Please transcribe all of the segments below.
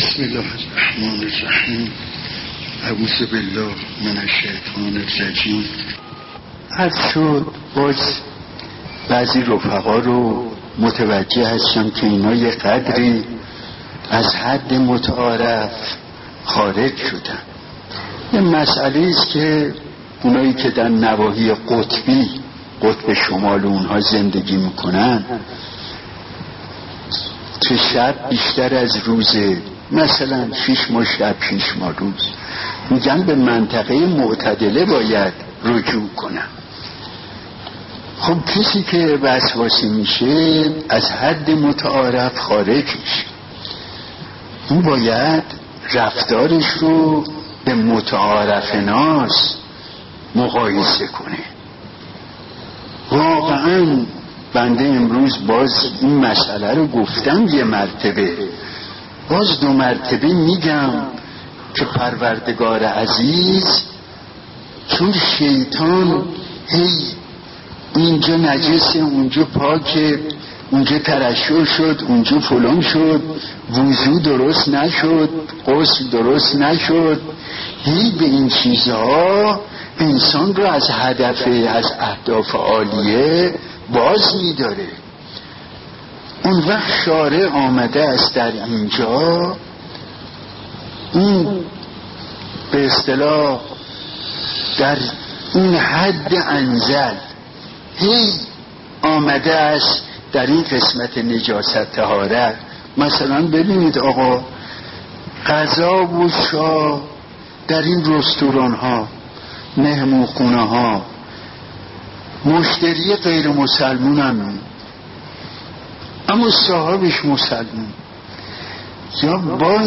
بسم الله الرحمن الرحیم. اعوذ بالله من الشیطان الرجیم. عرض شد باز بعضی رفقا رو متوجه هستم که اینا یه قدری از حد متعارف خارج شدن. یه مسئله است که اونایی که در نواحی قطب شمال اونها زندگی میکنن که شب بیشتر از روزه، مثلا 6 ماه شب 6 ماه روز، میگن به منطقه معتدله باید رجوع کنن. خب کسی که وسواسی میشه از حد متعارف خارج میشه، اون باید رفتارش رو به متعارف ناس مقایسه کنه. واقعا بنده امروز باز این مسئله رو گفتم یه مرتبه، باز 2 مرتبه میگم که پروردگار عزیز چون شیطان هی اینجا نجسه اونجا پاکه، اونجا ترشح شد، اونجا فلان شد، وضو درست نشد، غسل درست نشد، هی به این چیزها انسان رو از هدف، از اهداف عالیه باز می‌داره. اون وقت شارع آمده است در اینجا، اون به اصطلاح در این حد انزل هی آمده است در این قسمت نجاست طهارت. مثلا ببینید آقا، غذا و شاه در این رستوران ها، مهمونخونه ها، مشتری غیر مسلمون هم، اما صاحبش مسلمون، یا با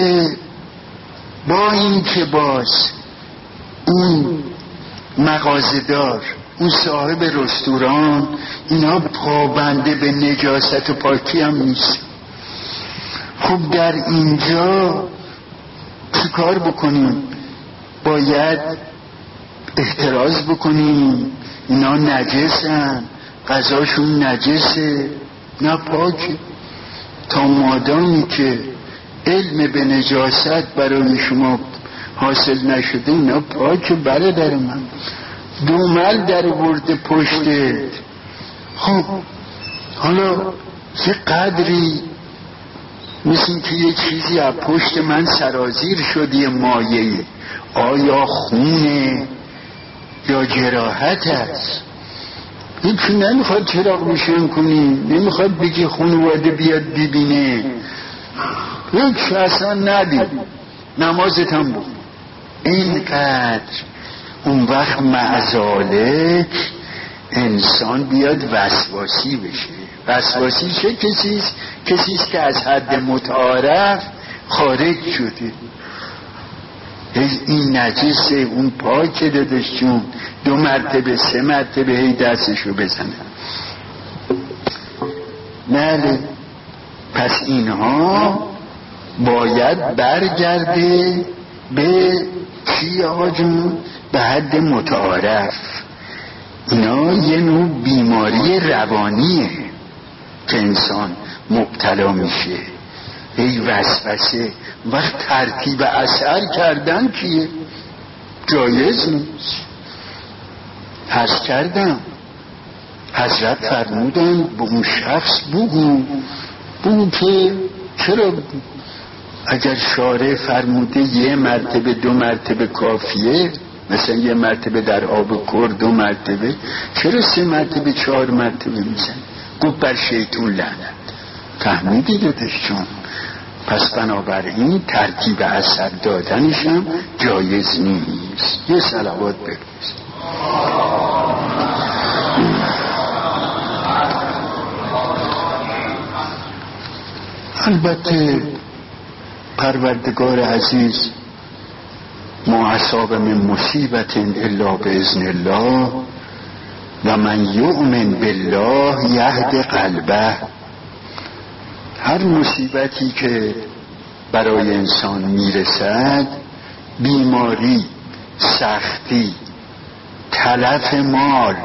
اینکه باز اون مغازه‌دار، اون صاحب رستوران، اینا پابنده به نجاست و پاکی هم نیست. خب در اینجا چی کار بکنیم؟ باید احتراز بکنیم اینا نجسن، غذاشون نجسه، نه پاکه. تا مادامی که علم به نجاست برای شما حاصل نشده اینا پاکه. برادر من دومل در برده پشتت. خب حالا یه قدری مثل که یه چیزی از پشت من سرازیر شد، یه مایه، آیا خونه یا جراحت هست؟ هیچی نمیخواد چراغ روشن کنی، نمیخواد بگی خانواده بیاد ببینه، هیچ اصلا ندید، نمازت هم بود. اینقدر اون وقت معزالک انسان بیاد وسواسی بشه. وسواسی چه کسیست؟ کسیست که از حد متعارف خارج شده. این نجسه، اون پاکه دادش جون، 2 مرتبه 3 مرتبه هی دستشو بزنه. بله، پس اینها باید برگرده به چی آقا جون؟ به حد متعارف. اینا یه نوع بیماری روانیه که انسان مبتلا میشه. ای وسوسه. وقت ترتیب اثر کردن کیه؟ جایز نیست. عرض کردم حضرت فرمودن به اون شخص بگو که چرا بگو؟ اگر شارع فرموده 1 مرتبه 2 مرتبه کافیه، مثلا 1 مرتبه در آب کر 2 مرتبه، چرا 3 مرتبه 4 مرتبه میزن؟ گفت بر شیطون لعنت. فهمیدی دادش چون؟ پس بنابراین ترتیب اثر دادنش هم جایز نیست. یه صلوات بفرست. البته پروردگار عزیز ما اصاب من مصیبت الا باذن الله و من یؤمن بالله یهد قلبه. هر مصیبتی که برای انسان میرسد، بیماری، سختی، تلف مال،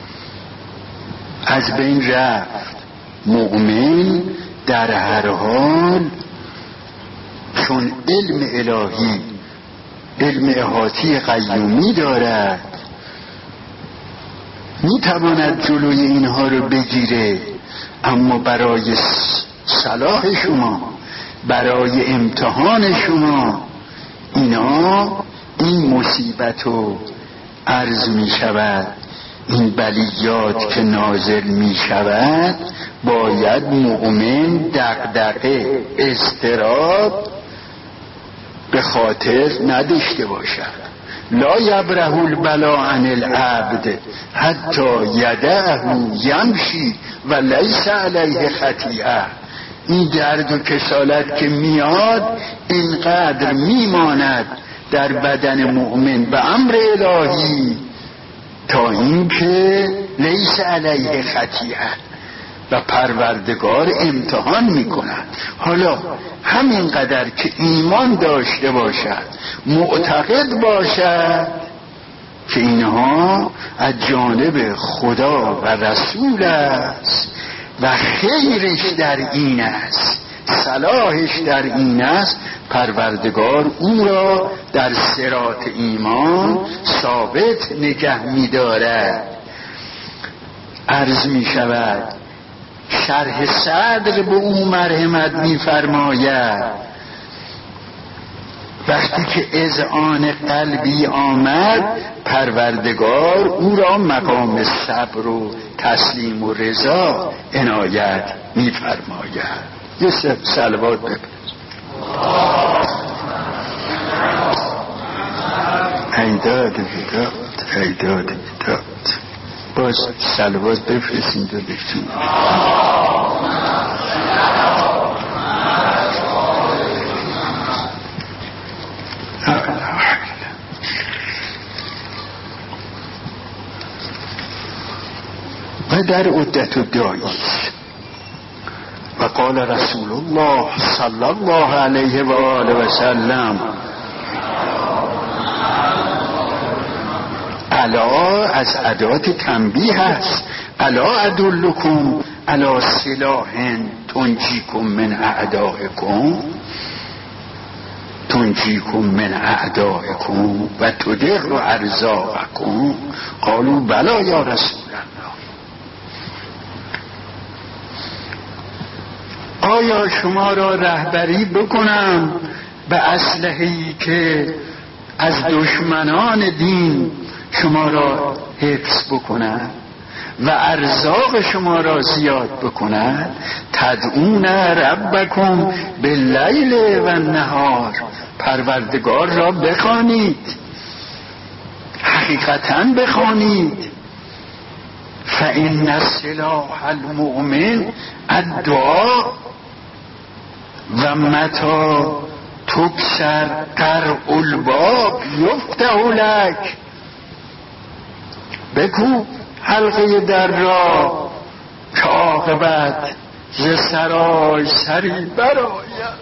از بین رفت، مؤمن در هر حال چون علم الهی علم احاطی قیومی دارد، میتواند جلوی اینها رو بگیره، اما برای صلاح شما، برای امتحان شما، اینا این مصیبت رو عرض می شود، این بلیات که نازل می شود، باید مؤمن دغدغه اضطراب به خاطر نداشته باشد. لا یبره البلا عن العبد حتی یدعه یمشی و لیس علیه خطیئه. این درد و کسالت که میاد اینقدر میماند در بدن مؤمن به امر الهی تا اینکه لیس علیه خطیئه و پروردگار امتحان میکند. حالا همینقدر که ایمان داشته باشد، معتقد باشد که اینها از جانب خدا و رسول است و خیرش در این است، صلاحش در این است، پروردگار او را در صراط ایمان ثابت نگه می‌دارد. عرض می‌شود شرح صدر به او مرحمت می‌فرماید وقتی که اذعان قلبی آمد، پروردگار او را مقام صبر و تسلیم و رضا عنایت می‌فرماید. یه صلوات بفرست. ایداد بیداد، ایداد بیداد. باز صلوات بفرستیم دو دکتون. و در عدت الداعی و قال رسول الله صلی الله علیه و آله و سلم الا از ادات تنبیه است، الا ادلکم الا سلاح تنجیکم من اعدائکم، تنجیکم من اعدائکم و تدر ارزاقکم. قالوا بلا یا رسول الله. آیا شما را رهبری بکنم به اسلحه‌ای که از دشمنان دین شما را حفظ بکند و ارزاق شما را زیاد بکند؟ تدعون ربکم باللیل و النهار، پروردگار را بخوانید، حقیقتاً بخوانید. فإن سلاح المؤمن الدعاء و متی تکسر قرع الباب یفتح لک. بکو حلقه در را که عاقبت ز سرای سری برآید.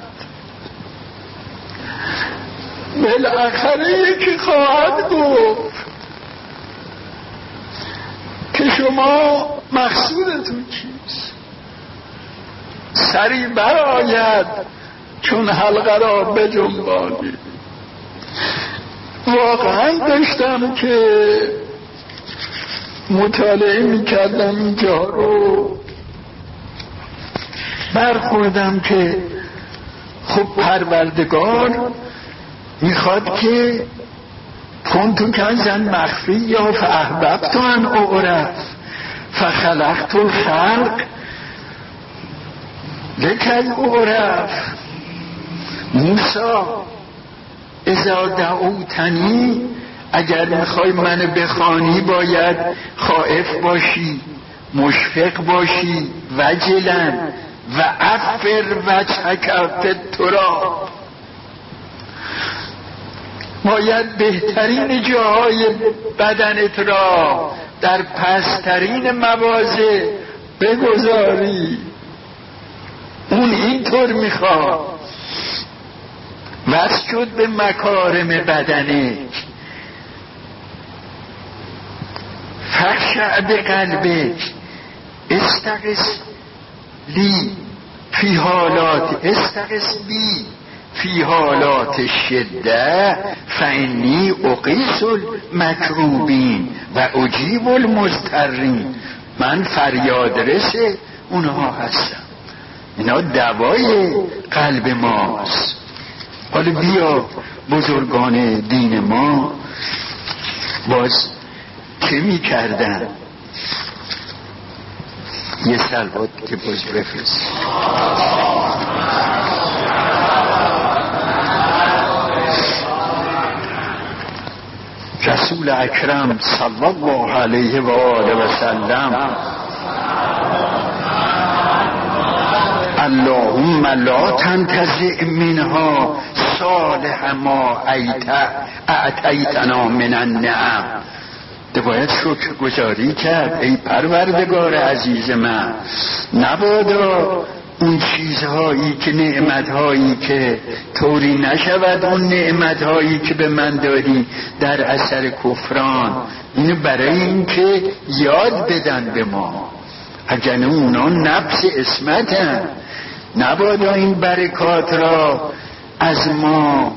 بالاخره یکی خواهد گفت که شما مقصودتون چیست؟ سری برآید چون حلقه را بجنبانید. واقعا داشتم که مطالعه میکردم اینجا رو، برخوردم که خب پروردگار میخواد که کنتو کنزن مخفی یا فاحببت ان اعرف فخلقت الخلق لکی اعرف. موسی اذا دعوتنی، اگر میخوای منو بخوانی باید خائف باشی، مشفق باشی، وجلن و افر وجهک فی التراب. باید بهترین جاهای بدنت را در پسترین مواضع بگذاری. اون اینطور میخواد. واسجد به مکارم بدنک، فخشع به قلبک، استغث لی فی حالات، استغث بی فی حالات شده فانی اقیس المکروبین و اجیب المضطرین. من فریاد رس اونها هستم، اینا دوای قلب ماست. حالا بیا بزرگان دین ما باز چه می کردن؟ یه صلوات که باز بفرست. رسول اکرم صلی الله علیه و آله و سلم اللهم لا تنتزع منها صالح ما اعطیتنا من النعم. باید شکر گزاری کرد ای پروردگار عزیز من، نبادا اون چیزهایی که نعمتهایی که طوری نشود اون نعمتهایی که به من دادی در اثر کفران، اینو برای این که یاد بدن به ما، اگر اونا نفس اسمتن، نبادا این برکات را از ما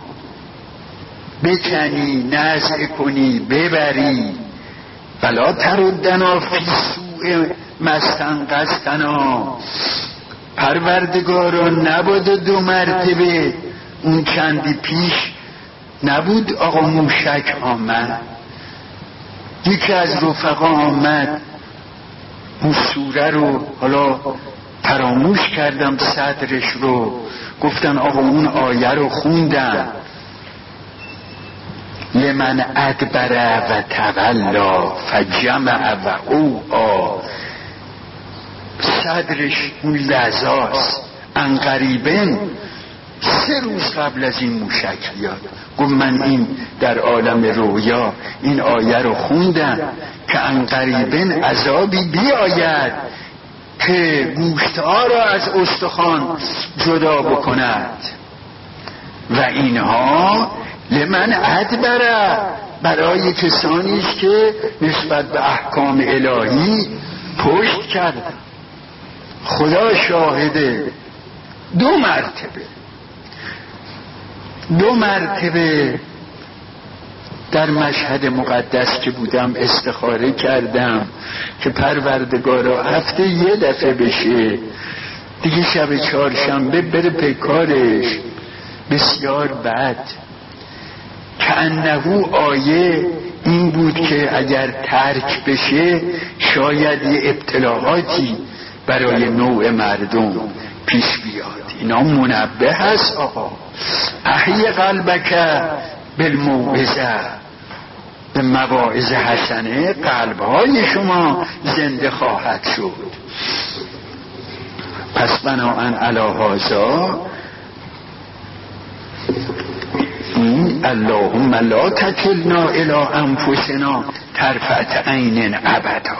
بکنی، نزع کنی، ببری. بلا تردنا فی سوء مستنقذتنا. پروردگارا نبود 2 مرتبه اون چندی پیش نبود آقا موشک آمد، یکی از رفقا آمد اون سوره رو، حالا فراموش کردم صدرش رو، گفتن آقا اون آیه رو خوندن لمن ادبر و تولا فجمع و اوعا. صدرش اون لحظاست انقریبن 3 روز قبل از این موشک بیاد. گفت من این در عالم رویا این آیه رو خوندم که انقریبن عذابی بیاید که گوشت‌ها را از استخوان جدا بکند و اینها لمن ادبره، برای کسانی است که نسبت به احکام الهی پشت کردن. خدا شاهده 2 مرتبه در مشهد مقدس که بودم استخاره کردم که پروردگارا هفته 1 دفعه بشه دیگه شب 4شنبه بره پیکارش. بسیار بد که انهو آیه این بود که اگر ترک بشه شاید یه ابتلاعاتی برای نوع مردم پیش بیاد. اینا منبه هست آقا. احی قلبک بالموعظه، به مواعظ حسنه قلبهای شما زنده خواهد شد. پس بناهن علی هذا اللهم لا تکلنا الی انفسنا طرفة عین ابدا.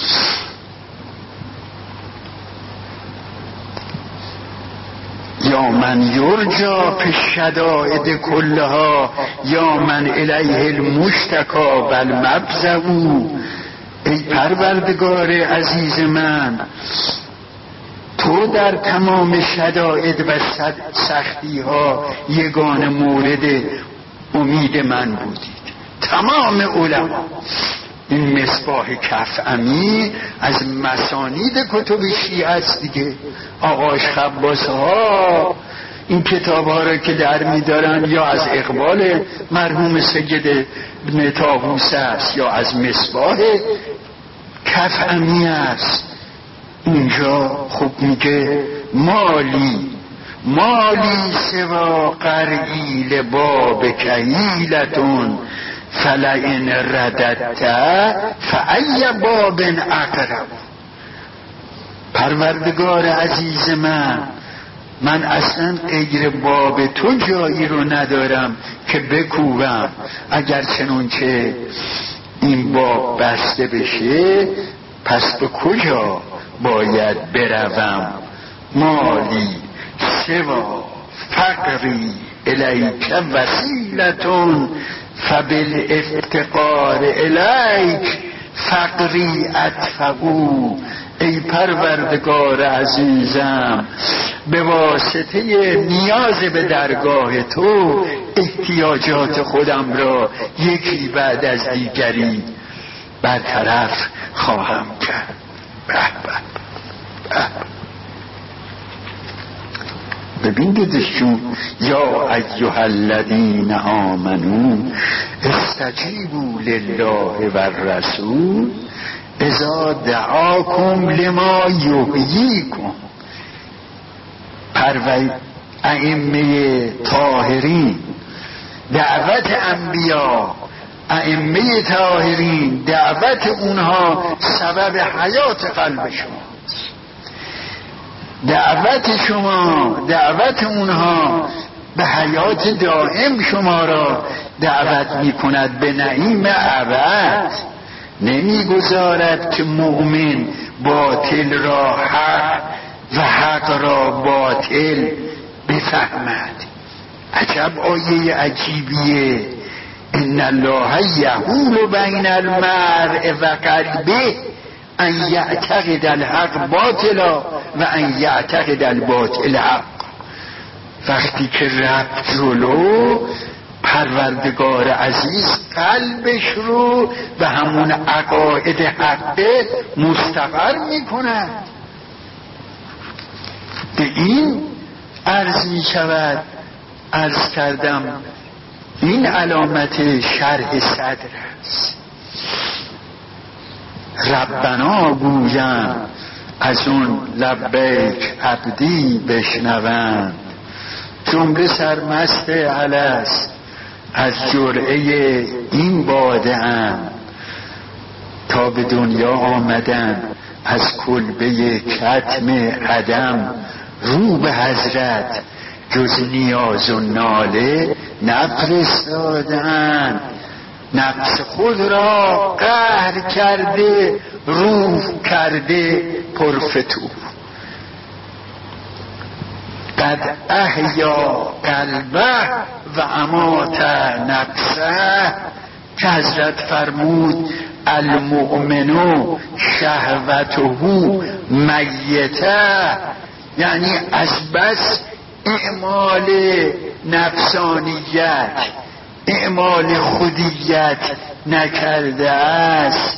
یا من یرجا فی الشدائد کلها یا من الیه المشتکا و المفزع. ای پروردگار عزیز من، تو در تمام شدائد و سختی ها یگانه مورد امید من بودید. تمام علما، این مصباح کفعمی از مسانید کتب شیعه است دیگه. آقاش خباس ها این کتاب ها را که در می دارن یا از اقبال مرحوم سید ابن طاووس است یا از مصباح کفعمی است. اینجا خب میگه مالی سوا قرئی لباب کهیلتون فلئن رددت فای باب اقرب. پروردگار عزیز من اصلا غیر باب تو جایی رو ندارم که بکوبم. اگر چنانچه این باب بسته بشه پس به کجا باید بروم؟ مالی سوا فقری الیک وسیلتون فبالافتقار الیک فقری ادفعو. ای پروردگار عزیزم، به واسطه نیاز به درگاه تو احتیاجات خودم را یکی بعد از دیگری برطرف خواهم کرد. ببین دیدشون یا ایها الذین آمنو استجیبوا لله و الرسول اذا دعاکم لما یحییکم. ائمه طاهرین، دعوت انبیا، ائمه طاهرین، دعوت اونها سبب حیات قلب شماست. دعوت شما، دعوت اونها به حیات دائم شما را دعوت می کند، به نعیم ابد. نمی گذارد که مؤمن باطل را حق و حق را باطل بفهمد. عجب آیه عجیبیه. ان الله یحول بین المرء و قلبه ان یعتقد الحق باطلا و ان یعتقد الباطل حق. وقتی که رفت جلو، پروردگار عزیز قلبش رو به همون عقاید حقه مستقر میکند. به این عرض می شود، عرض کردم این علامت شرح صدر است. ربنا گویم از اون لبیک عبدی بشنوند، جمله سرمست الست از جرعه این باده ام، تا به دنیا آمدن از کلبه کتم عدم، رو به حضرت جز نیاز و ناله نفرستادن. نفس خود را قهر کرده، روح کرده پرفتوح. قد احیا قلبه و امات نفسه، که حضرت فرمود المؤمنو شهوته میته، یعنی از بس اعمال نفسانیت، اعمال خودیت نکرده است.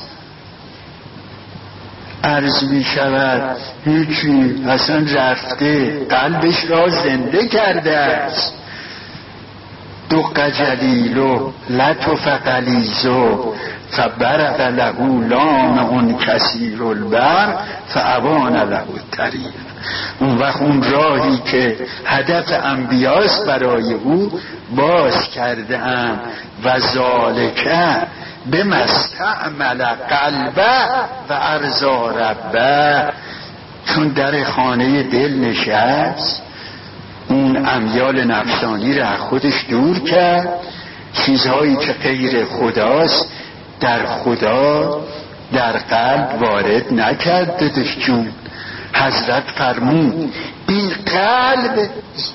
عرض می شود هیچی، اصلا رفته قلبش را زنده کرده است. دق جلیلو لطف قلیزو فبرق له لام اون کثیر البر فابان له الطریق. اون وقت اون راهی که هدف انبیاست برای او باز کرده ام. و ذالکه بمستعمل قلبه و ارضا ربه. چون در خانه دل نشست، اون امیال نفسانی را خودش دور کرد، چیزهایی که غیر خداست در خدا در قلب وارد نکردش. چون حضرت فرمود این قلب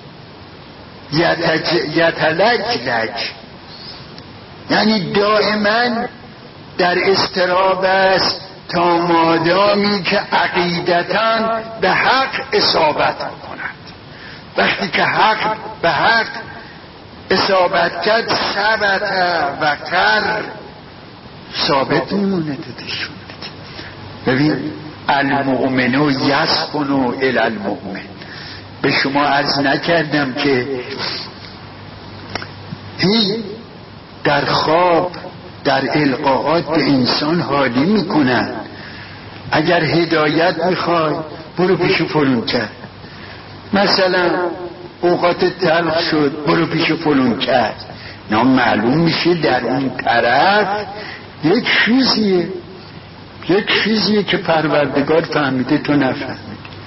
یتلجلج، یعنی دائما در اضطراب است تا مادامی که عقیدتاً به حق اصابت کند. وقتی که حق به حق اصابت کرد ثبت و قر ثابت میمونه. دادشون ببین المؤمنو یسکنو الی المؤمن. به شما عرض نکردم که در خواب در القاءات به انسان حالی میکنن. اگر هدایت میخوای برو پیش فلون کرد، مثلا اوقات تلخ شد برو پیش فلون کرد. نه معلوم میشه در اون طرف یک چیزیه که پروردگار فهمیده تو نفهمیدی.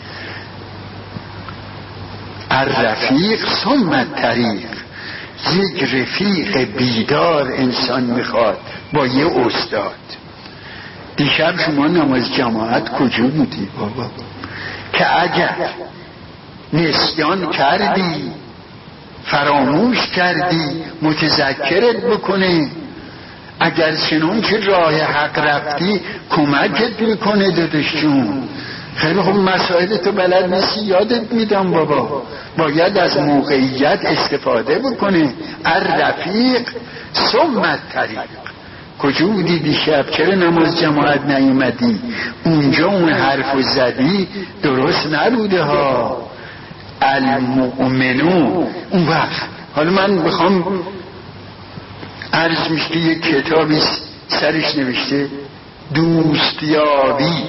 الرفیق ثم الطریق. یک رفیق بیدار انسان میخواد با یه استاد. دیشب شما نماز جماعت کجا بودی بابا؟ که اگر نسیان کردی، فراموش کردی، متذکرت بکنه. اگر چنون که راه حق رفتی کمکت میکنه دادشون. خیلی خوب، مسائل تو بلد نیستی، یادت میدم بابا. باید از موقعیت استفاده بکنه. الرفیق ثم الطریق. کجا بودی دیشب؟ چرا نماز جماعت نیومدی؟ اونجا اون حرفو زدی درست نبوده ها. المؤمنون. اون وقت حالا من بخوام عرض میشه یک کتابی سرش نوشته دوستیابی،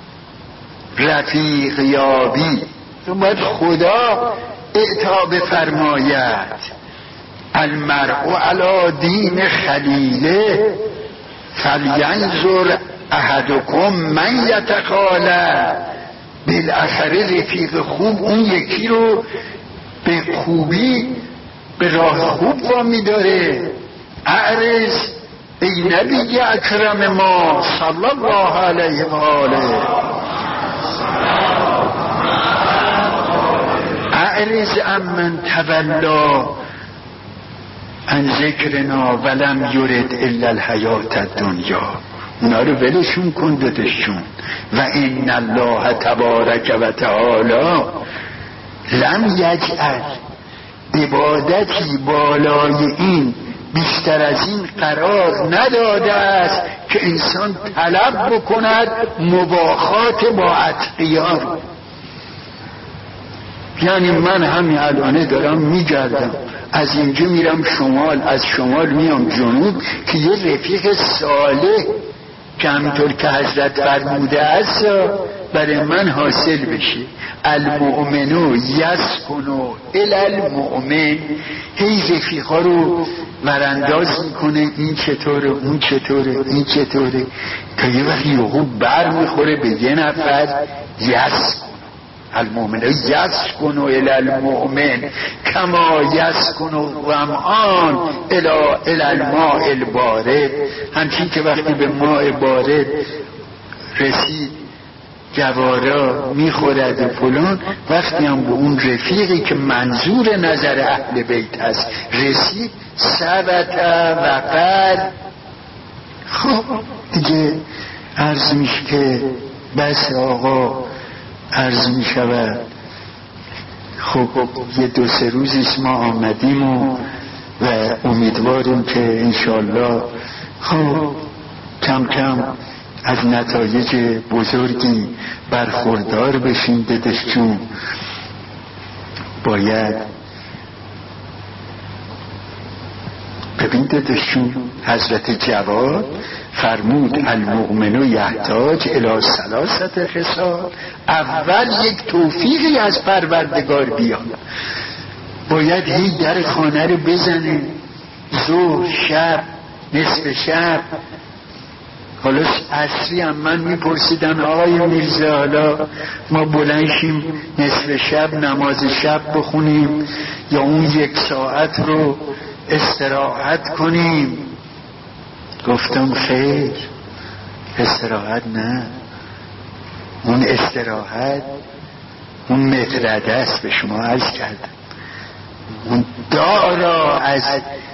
رفیقیابی. باید خدا اعطا بفرماید المرء علی دین خلیله فلینظر احدکم من یتخاله. بالاخره رفیق خوب اون یکی رو به خوبی به راه خوب وامی داره. اعرض ای نبی اکرم ما صلی الله علیه و آله، اعرض امن تولا عن ذکرنا ولم یرد الا الحیات الدنیا. اونا رو ولشون کن، دادشون. و ان الله تبارک و تعالی لم یجعل عبادتی بالای این بیشتر از این قرار نداده است که انسان طلب بکند مباخات با اتقیان. یعنی من همین الانه دارم میگردم، از اینجا میرم شمال، از شمال میام جنوب که یه رفیق صالح که همینطور که حضرت فرموده است برای من حاصل بشه. المؤمنو یسکنو الی المؤمن. هی رفیقا رو ورانداز میکنه، این چطوره، اون چطوره، این چطوره، تا یه وقت یهو بر میخوره به یه نفر. یسکنو المؤمن یسکنو الی المؤمن کما یسکنو الظمآن الی الماء البارد. همچین که وقتی به ماء بارد رسید جوارا میخورد و فلان، وقتی هم به اون رفیقی که منظور نظر اهل بیت هست رسید ثبت و قد. خب دیگه عرض میشه که بس آقا، عرض می شود خب یه 2-3 روزیست ما آمدیم و امیدواریم که انشالله خب کم کم از نتایج بزرگی برخوردار بشیم. دادشون باید ببین دادشون، حضرت جواد فرمود المؤمن یحتاج الی 3 خصال. اول یک توفیقی از پروردگار بیاد، باید هی در خانه رو بزنه، ظهر، شب، نصف شب. حالا عصری هم من میپرسیدن آقای میرزا حالا ما بلند شیم نصف شب نماز شب بخونیم یا اون 1 ساعت رو استراحت کنیم؟ گفتم خیر، استراحت نه. اون استراحت اون مطرده است، به شما عرض کردم. اون دارا از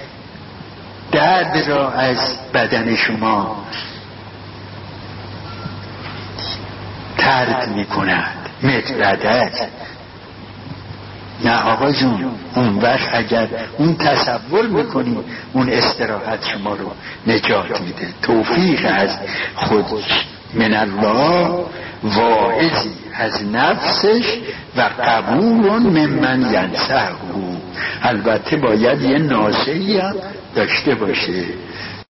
درد را از بدن شما طرد می کند، مطرده است. نه آقا جون، اون وقت اگر اون تصور میکنی اون استراحت شما رو نجات میده. توفیق از خود من الله، واعظی از نفسش و قبول ممن ینصحه. البته باید یه ناصحی هم داشته باشه.